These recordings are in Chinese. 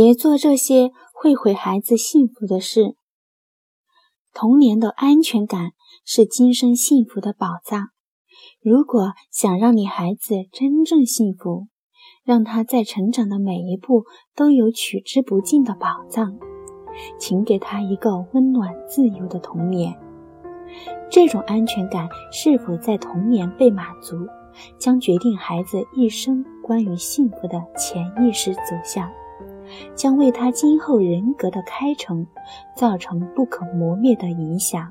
别做这些会毁孩子幸福的事。童年的安全感是今生幸福的宝藏。如果想让你孩子真正幸福，让他在成长的每一步都有取之不尽的宝藏，请给他一个温暖自由的童年。这种安全感是否在童年被满足，将决定孩子一生关于幸福的潜意识走向，将为他今后人格的开成造成不可磨灭的影响。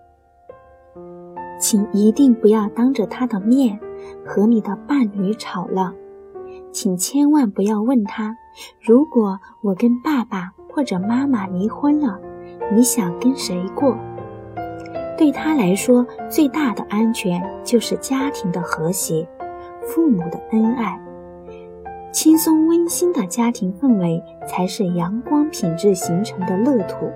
请一定不要当着他的面和你的伴侣吵了，请千万不要问他，如果我跟爸爸或者妈妈离婚了，你想跟谁过？对他来说，最大的安全就是家庭的和谐，父母的恩爱，轻松温馨的家庭氛围才是阳光品质形成的乐土。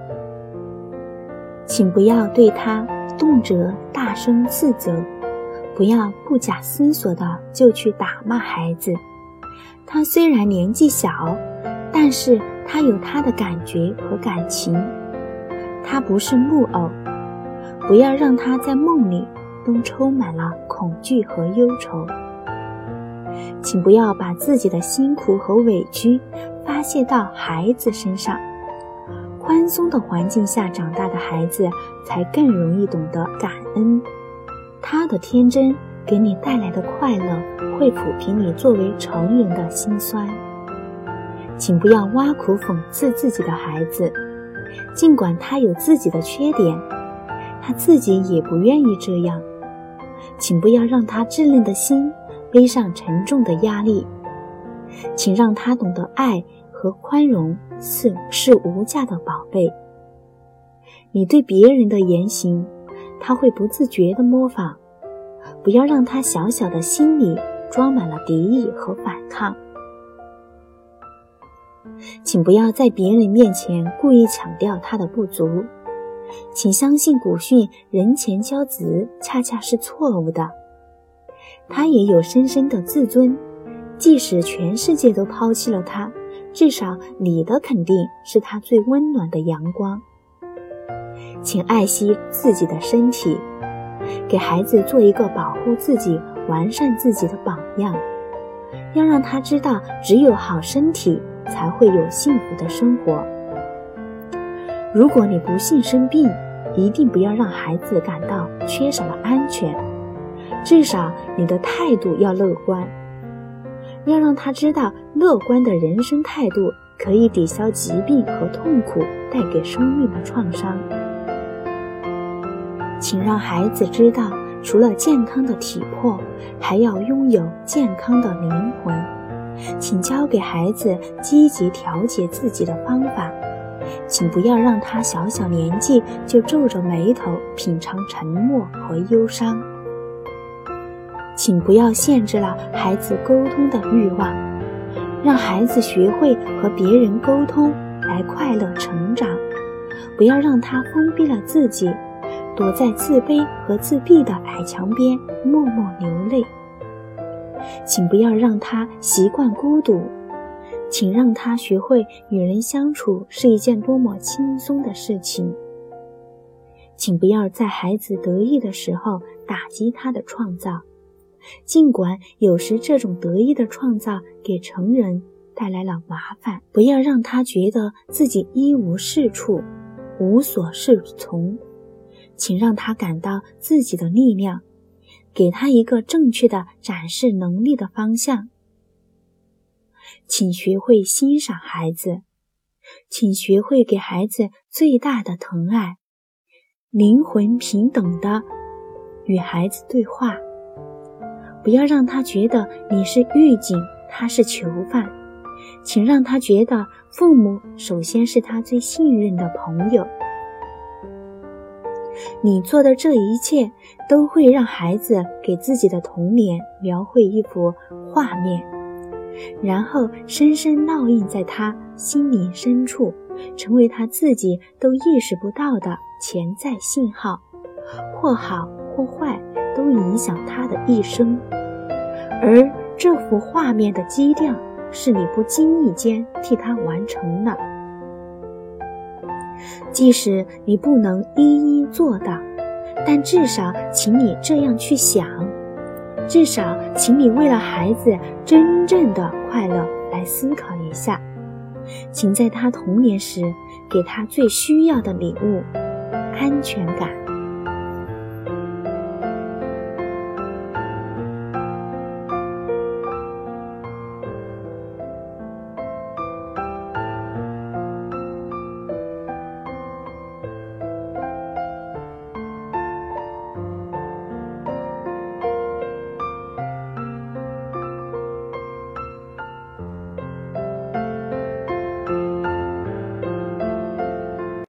请不要对他动辄大声斥责，不要不假思索的就去打骂孩子。他虽然年纪小，但是他有他的感觉和感情，他不是木偶，不要让他在梦里都充满了恐惧和忧愁。请不要把自己的辛苦和委屈发泄到孩子身上。宽松的环境下长大的孩子才更容易懂得感恩，他的天真给你带来的快乐会抚平你作为成人的心酸。请不要挖苦讽刺自己的孩子，尽管他有自己的缺点，他自己也不愿意这样。请不要让他稚嫩的心背上沉重的压力，请让他懂得爱和宽容是无价的宝贝。你对别人的言行，他会不自觉地模仿，不要让他小小的心里装满了敌意和反抗。请不要在别人面前故意强调他的不足，请相信古训人前骄子恰恰是错误的。他也有深深的自尊，即使全世界都抛弃了他，至少你的肯定是他最温暖的阳光。请爱惜自己的身体，给孩子做一个保护自己、完善自己的榜样，要让他知道只有好身体才会有幸福的生活。如果你不幸生病，一定不要让孩子感到缺少了安全，至少你的态度要乐观，要让他知道乐观的人生态度可以抵消疾病和痛苦带给生命的创伤。请让孩子知道，除了健康的体魄，还要拥有健康的灵魂。请教给孩子积极调节自己的方法，请不要让他小小年纪就皱着眉头品尝沉默和忧伤。请不要限制了孩子沟通的欲望，让孩子学会和别人沟通来快乐成长，不要让他封闭了自己，躲在自卑和自闭的矮墙边默默流泪。请不要让他习惯孤独，请让他学会与人相处是一件多么轻松的事情。请不要在孩子得意的时候打击他的创造，尽管有时这种得意的创造给成人带来了麻烦，不要让他觉得自己一无是处，无所适从。请让他感到自己的力量，给他一个正确的展示能力的方向。请学会欣赏孩子，请学会给孩子最大的疼爱，灵魂平等的与孩子对话。不要让他觉得你是狱警，他是囚犯，请让他觉得父母首先是他最信任的朋友。你做的这一切都会让孩子给自己的童年描绘一幅画面，然后深深烙印在他心灵深处，成为他自己都意识不到的潜在信号，或好或坏都影响他的一生。而这幅画面的基调是你不经意间替他完成了。即使你不能一一做到，但至少请你这样去想，至少请你为了孩子真正的快乐来思考一下，请在他童年时给他最需要的礼物——安全感。